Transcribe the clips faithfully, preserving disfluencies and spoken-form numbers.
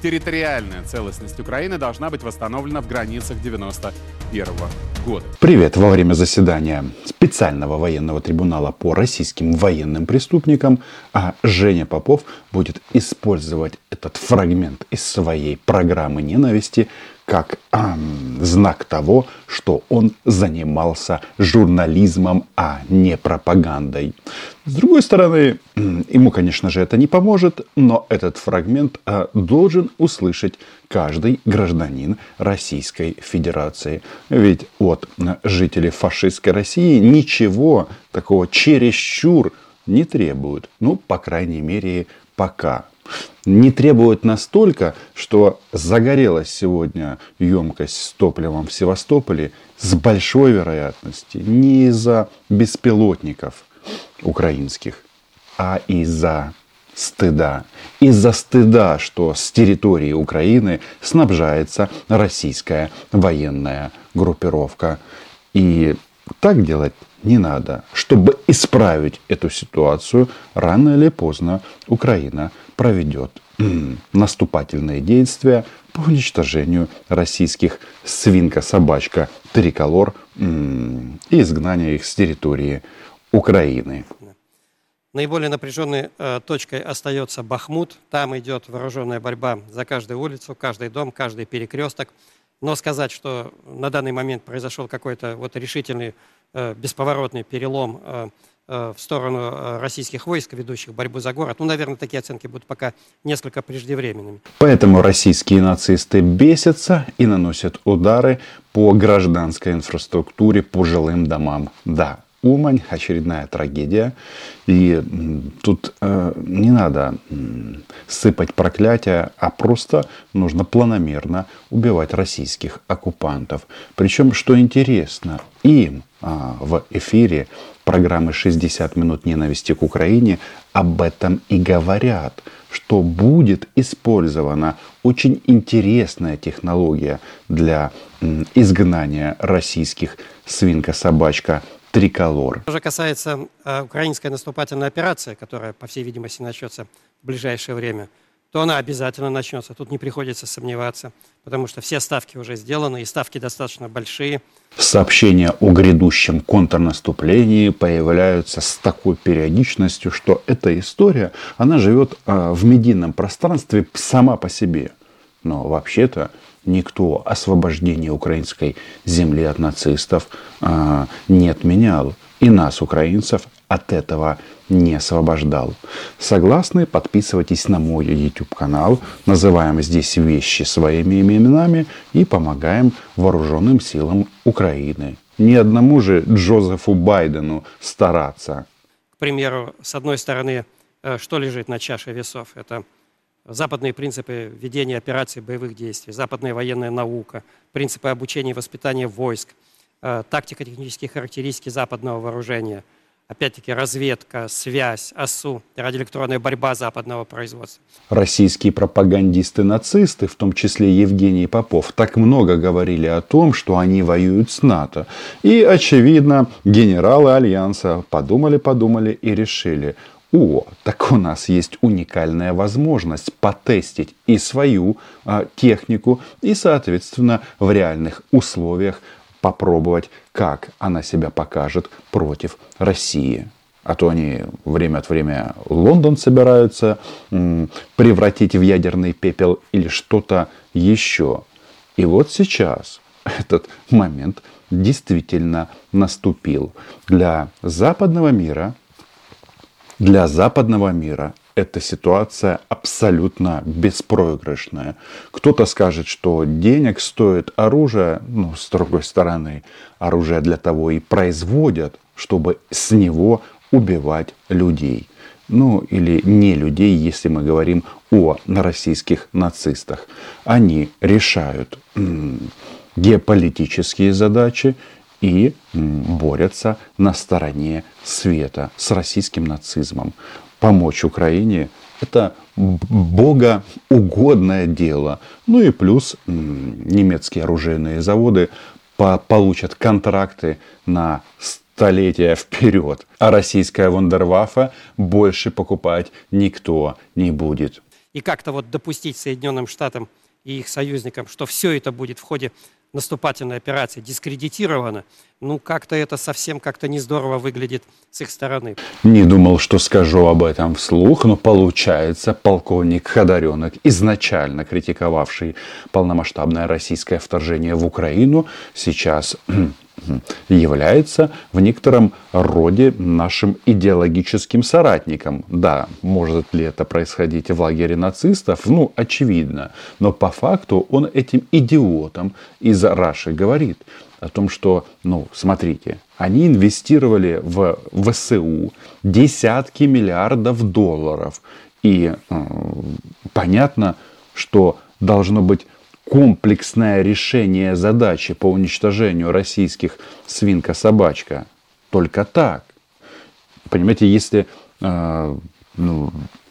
территориальная целостность Украины должна быть восстановлена в границах девяносто первого года. Привет! Во время заседания специального военного трибунала по российским военным преступникам а Женя Попов будет использовать этот фрагмент из своей программы ненависти как эм, знак того, что он занимался журнализмом, а не пропагандой. С другой стороны, ему, конечно же, это не поможет, но этот фрагмент э, должен услышать каждый гражданин Российской Федерации. Ведь от жителей фашистской России ничего такого чересчур не требуют. Ну, по крайней мере, пока. Не требует настолько, что загорелась сегодня емкость с топливом в Севастополе с большой вероятностью не из-за беспилотников украинских, а из-за стыда. Из-за стыда, что с территории Украины снабжается российская военная группировка. И так делать не надо. Чтобы исправить эту ситуацию, рано или поздно Украина проведет м, наступательные действия по уничтожению российских свинка-собачка триколор м, и изгнания их с территории Украины. Наиболее напряженной э, точкой остается Бахмут. Там идет вооруженная борьба за каждую улицу, каждый дом, каждый перекресток. Но сказать, что на данный момент произошел какой-то вот решительный, э, бесповоротный перелом э, э, в сторону э, российских войск, ведущих борьбу за город, ну, наверное, такие оценки будут пока несколько преждевременными. Поэтому российские нацисты бесятся и наносят удары по гражданской инфраструктуре, по жилым домам. Да. Умань, очередная трагедия. И тут э, не надо м, сыпать проклятия, а просто нужно планомерно убивать российских оккупантов. Причем, что интересно, им а, в эфире программы шестьдесят минут ненависти к Украине об этом и говорят, что будет использована очень интересная технология для м, изгнания российских свинка-собачка триколор. Что же касается э, украинской наступательной операции, которая, по всей видимости, начнется в ближайшее время, то она обязательно начнется. Тут не приходится сомневаться, потому что все ставки уже сделаны, и ставки достаточно большие. Сообщения о грядущем контрнаступлении появляются с такой периодичностью, что эта история, она живет э, в медийном пространстве сама по себе. Но вообще-то никто освобождение украинской земли от нацистов э, не отменял. И нас, украинцев, от этого не освобождал. Согласны? Подписывайтесь на мой YouTube-канал. Называем здесь вещи своими именами и помогаем вооруженным силам Украины. Ни одному же Джозефу Байдену стараться. К примеру, с одной стороны, что лежит на чаше весов? Это западные принципы ведения операций боевых действий, западная военная наука, принципы обучения и воспитания войск, э, тактико-технические характеристики западного вооружения, опять-таки разведка, связь, ОСУ, радиоэлектронная борьба западного производства. Российские пропагандисты-нацисты, в том числе Евгений Попов, так много говорили о том, что они воюют с НАТО. И, очевидно, генералы Альянса подумали-подумали и решили: о, так у нас есть уникальная возможность потестить и свою а, технику, и, соответственно, в реальных условиях попробовать, как она себя покажет против России. А то они время от времени Лондон собираются м, превратить в ядерный пепел или что-то еще. И вот сейчас этот момент действительно наступил. Для западного мира Для западного мира эта ситуация абсолютно беспроигрышная. Кто-то скажет, что денег стоит оружие, ну, с другой стороны, оружие для того и производят, чтобы с него убивать людей. Ну, или не людей, если мы говорим о российских нацистах. Они решают м- геополитические задачи и борются на стороне света с российским нацизмом. Помочь Украине – это богоугодное дело. Ну и плюс немецкие оружейные заводы получат контракты на столетия вперед. А российская вундерваффе больше покупать никто не будет. и как-то вот допустить Соединенным Штатам и их союзникам, что все это будет в ходе наступательной операции дискредитировано, ну, как-то это совсем как-то не здорово выглядит с их стороны. Не думал, что скажу об этом вслух, но получается, полковник Ходоренок, изначально критиковавший полномасштабное российское вторжение в Украину, сейчас является в некотором роде нашим идеологическим соратником. Да, может ли это происходить в лагере нацистов? Ну, очевидно. Но по факту он этим идиотом из Раши говорит о том, что, ну, смотрите, они инвестировали в ВСУ десятки миллиардов долларов. И э, понятно, что должно быть комплексное решение задачи по уничтожению российских свинка-собачка. Только так. Понимаете, если э, ну,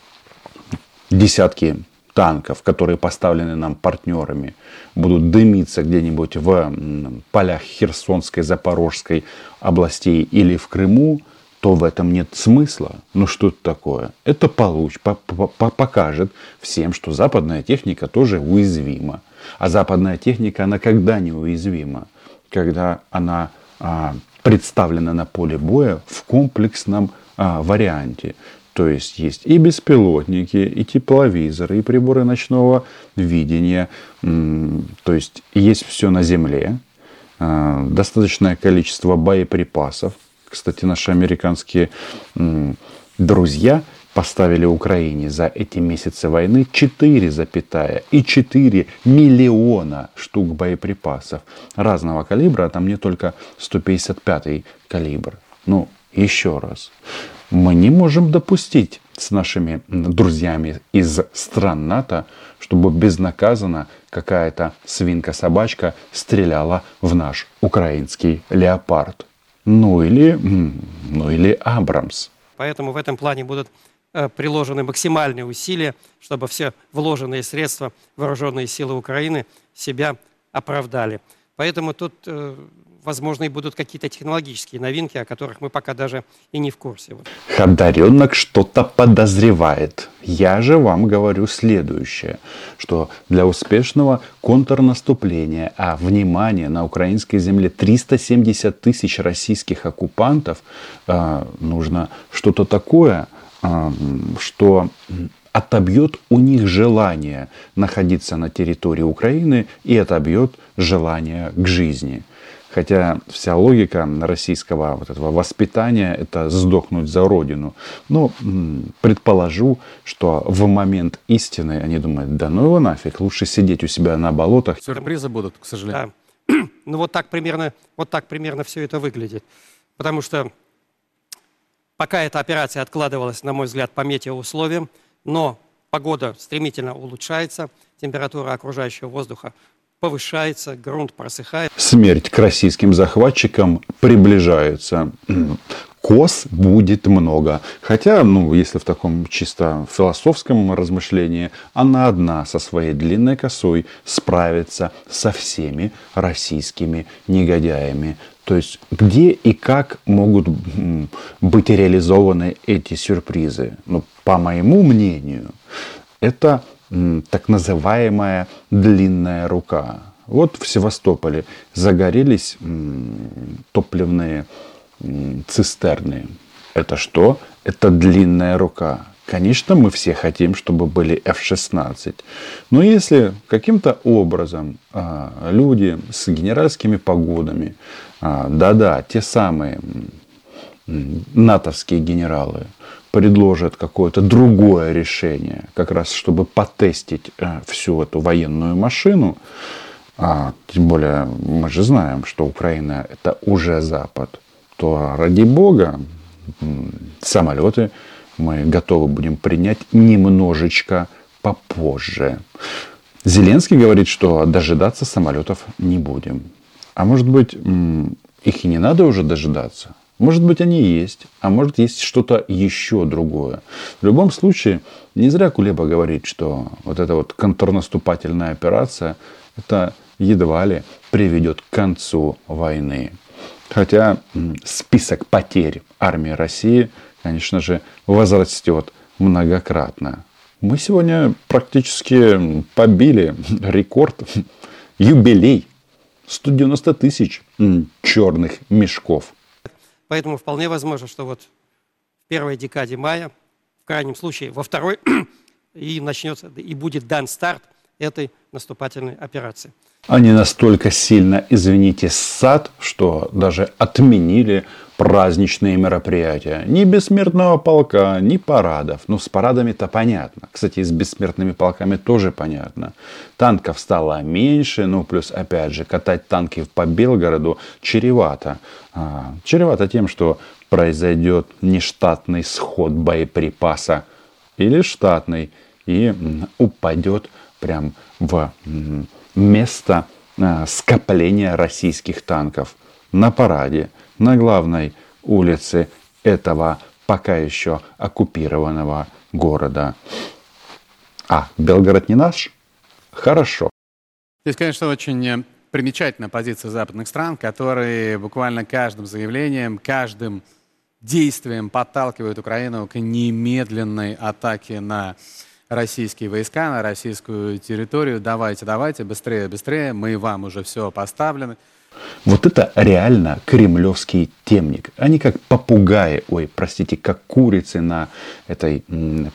десятки танков, которые поставлены нам партнерами, будут дымиться где-нибудь в полях Херсонской, Запорожской областей или в Крыму, то в этом нет смысла. Ну что это такое? Это получ, по, по, покажет всем, что западная техника тоже уязвима. А западная техника, она когда не уязвима? Когда она а, представлена на поле боя в комплексном а, варианте. То есть есть и беспилотники, и тепловизоры, и приборы ночного видения. То есть есть все на земле. А, достаточное количество боеприпасов. Кстати, наши американские м, друзья поставили Украине за эти месяцы войны четыре целых четыре миллиона штук боеприпасов разного калибра, а там не только сто пятьдесят пятый калибр. Ну, еще раз. Мы не можем допустить с нашими друзьями из стран НАТО, чтобы безнаказанно какая-то свинка-собачка стреляла в наш украинский леопард. Ну или, ну или Абрамс. Поэтому в этом плане будут э, приложены максимальные усилия, чтобы все вложенные средства вооруженные силы Украины себя оправдали. Поэтому тут, э, возможно, и будут какие-то технологические новинки, о которых мы пока даже и не в курсе. Ходоренок что-то подозревает. Я же вам говорю следующее, что для успешного контрнаступления, а внимание, на украинской земле триста семьдесят тысяч российских оккупантов, э, нужно что-то такое, э, что отобьет у них желание находиться на территории Украины и отобьет желание к жизни. Хотя вся логика российского вот этого воспитания – это сдохнуть за родину. Но предположу, что в момент истины они думают, да ну его нафиг, лучше сидеть у себя на болотах. Сюрпризы будут, к сожалению. Да. Ну вот так примерно, вот так примерно все это выглядит. Потому что пока эта операция откладывалась, на мой взгляд, по метеоусловиям, но погода стремительно улучшается, температура окружающего воздуха повышается, грунт просыхает. Смерть к российским захватчикам приближается. Коз будет много. Хотя, ну, если в таком чисто философском размышлении, она одна со своей длинной косой справится со всеми российскими негодяями. То есть, где и как могут быть реализованы эти сюрпризы? Ну, по моему мнению, это так называемая длинная рука. Вот в Севастополе загорелись топливные цистерны. Это что? Это длинная рука. Конечно, мы все хотим, чтобы были эф шестнадцать. Но если каким-то образом а, люди с генеральскими погонами, а, да-да, те самые натовские генералы, предложат какое-то другое решение, как раз чтобы потестить э, всю эту военную машину, а, тем более мы же знаем, что Украина это уже Запад, то ради бога самолеты мы готовы будем принять немножечко попозже. Зеленский говорит, что дожидаться самолетов не будем. А может быть, их и не надо уже дожидаться? Может быть, они есть, а может, есть что-то еще другое. В любом случае, не зря Кулеба говорит, что вот эта вот контрнаступательная операция, это едва ли приведет к концу войны. Хотя список потерь армии России, конечно же, возрастет многократно. Мы сегодня практически побили рекорд, юбилей. сто девяносто тысяч черных мешков. Поэтому вполне возможно, что вот в первой декаде мая, в крайнем случае во второй, и начнется, и будет дан старт этой наступательной операции. Они настолько сильно, извините, ссат, что даже отменили праздничные мероприятия. Ни бессмертного полка, ни парадов. Ну, с парадами-то понятно. Кстати, и с бессмертными полками тоже понятно. Танков стало меньше, ну, плюс, опять же, катать танки по Белгороду чревато. А, чревато тем, что произойдет нештатный сход боеприпаса или штатный, и упадет прям в место а, скопления российских танков на параде, на главной улице этого пока еще оккупированного города. А, Белгород не наш? Хорошо. Здесь, конечно, очень примечательная позиция западных стран, которые буквально каждым заявлением, каждым действием подталкивают Украину к немедленной атаке на российские войска, на российскую территорию. Давайте, давайте, быстрее, быстрее, мы вам уже все поставлены. Вот это реально кремлевский темник. Они как попугаи, ой, простите, как курицы на, этой,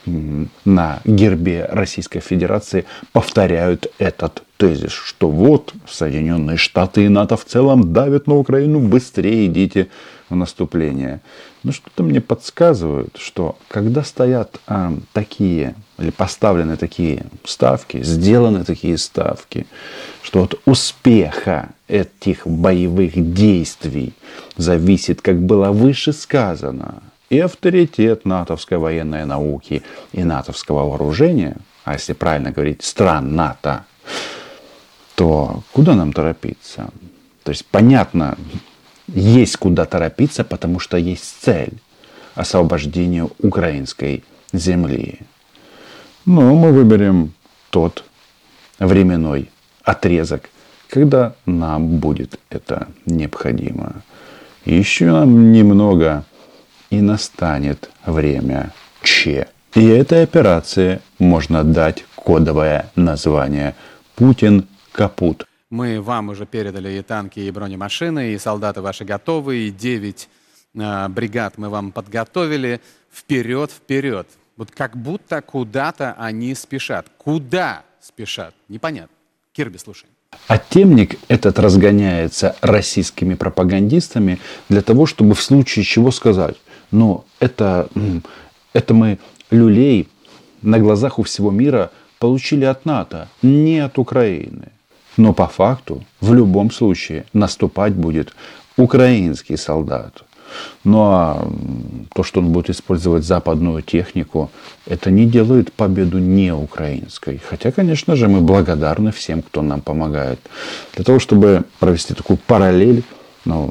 на гербе Российской Федерации повторяют этот тезис, что вот Соединенные Штаты и НАТО в целом давят на Украину, быстрее идите в наступление. Но что-то мне подсказывает, что когда стоят а, такие, или поставлены такие ставки, сделаны такие ставки, что от успеха этих боевых действий зависит, как было выше сказано, и авторитет натовской военной науки, и натовского вооружения, а если правильно говорить, стран НАТО, то куда нам торопиться? То есть понятно, есть куда торопиться, потому что есть цель – освобождение украинской земли. Но мы выберем тот временной отрезок, когда нам будет это необходимо. Еще нам немного, и настанет время Ч. И этой операции можно дать кодовое название «Путин капут». Мы вам уже передали и танки, и бронемашины, и солдаты ваши готовы, и девять э, бригад мы вам подготовили. Вперед, вперед. Вот как будто куда-то они спешат. Куда спешат? Непонятно. Кирби, слушай. А темник этот разгоняется российскими пропагандистами для того, чтобы в случае чего сказать: ну, это, это мы люлей на глазах у всего мира получили от НАТО, не от Украины. Но по факту, в любом случае, наступать будет украинский солдат. Ну а то, что он будет использовать западную технику, это не делает победу не украинской. Хотя, конечно же, мы благодарны всем, кто нам помогает. Для того, чтобы провести такую параллель, ну,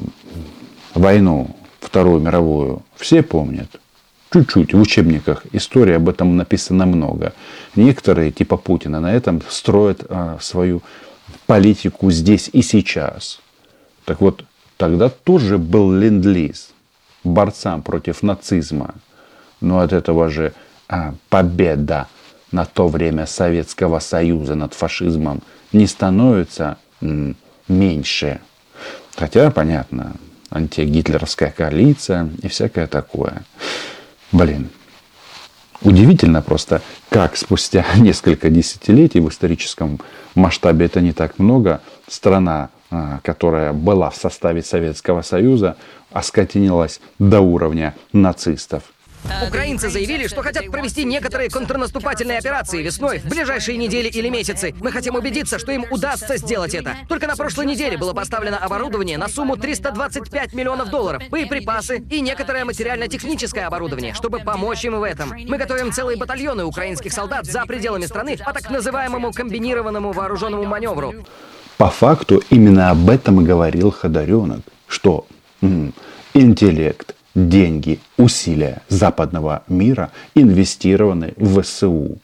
войну Вторую мировую все помнят. Чуть-чуть в учебниках истории об этом написано много. Некоторые, типа Путина, на этом строят а, свою политику здесь и сейчас. Так вот, тогда тоже был ленд-лиз борцам против нацизма. Но от этого же а, победа на то время Советского Союза над фашизмом не становится м, меньше. Хотя, понятно, антигитлеровская коалиция и всякое такое. Блин. Удивительно просто, как спустя несколько десятилетий, в историческом масштабе это не так много, страна, которая была в составе Советского Союза, оскотинилась до уровня нацистов. Украинцы заявили, что хотят провести некоторые контрнаступательные операции весной, в ближайшие недели или месяцы. Мы хотим убедиться, что им удастся сделать это. Только на прошлой неделе было поставлено оборудование на сумму триста двадцать пять миллионов долларов, боеприпасы и некоторое материально-техническое оборудование, чтобы помочь им в этом. Мы готовим целые батальоны украинских солдат за пределами страны по так называемому комбинированному вооруженному маневру. По факту именно об этом и говорил Ходоренок, что м- интеллект, деньги, усилия западного мира инвестированы в ВСУ.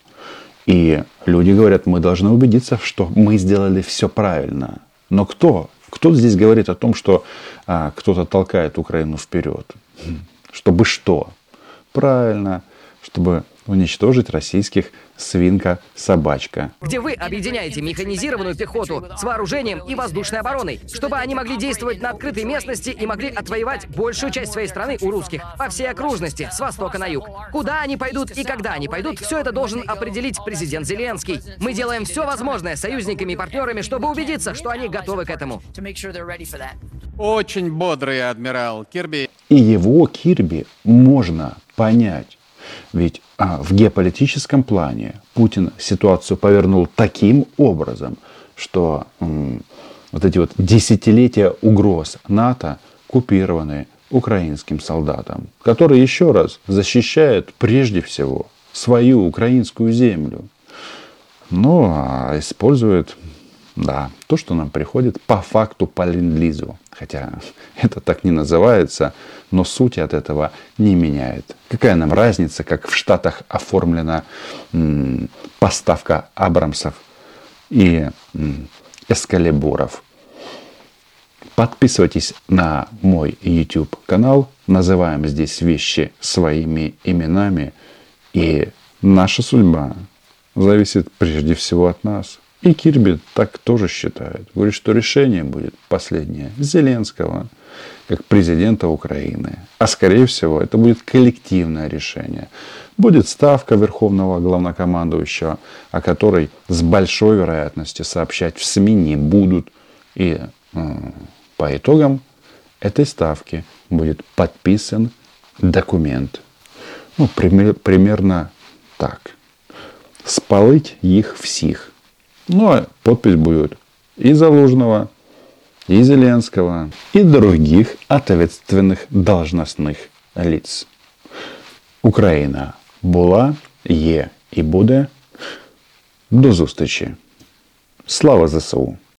И люди говорят, мы должны убедиться, что мы сделали все правильно. Но кто? Кто здесь говорит о том, что а, кто-то толкает Украину вперед? Чтобы что? Правильно, чтобы уничтожить российских свинка-собачка. Где вы объединяете механизированную пехоту с вооружением и воздушной обороной, чтобы они могли действовать на открытой местности и могли отвоевать большую часть своей страны у русских по всей окружности, с востока на юг. Куда они пойдут и когда они пойдут, все это должен определить президент Зеленский. Мы делаем все возможное с союзниками и партнерами, чтобы убедиться, что они готовы к этому. Очень бодрый адмирал Кирби. И его, Кирби, можно понять. Ведь а, в геополитическом плане Путин ситуацию повернул таким образом, что м, вот эти вот десятилетия угроз НАТО купированы украинским солдатам, которые еще раз защищают прежде всего свою украинскую землю. Ну, а используют, да, то, что нам приходит по факту по ленд-лизу. Хотя это так не называется, но суть от этого не меняет. Какая нам разница, как в Штатах оформлена м, поставка Абрамсов и м, эскалибуров. Подписывайтесь на мой YouTube канал. Называем здесь вещи своими именами. И наша судьба зависит прежде всего от нас. И Кирби так тоже считает. Говорит, что решение будет последнее Зеленского, как президента Украины. А скорее всего, это будет коллективное решение. Будет ставка верховного главнокомандующего, о которой с большой вероятностью сообщать в СМИ не будут. И э, по итогам этой ставки будет подписан документ. Ну, пример, примерно так. Спалить их всех. Ну, а подпись будет и Залужного, и Зеленского, и других ответственных должностных лиц. Україна була, є і буде. До зустрічі. Слава ЗСУ!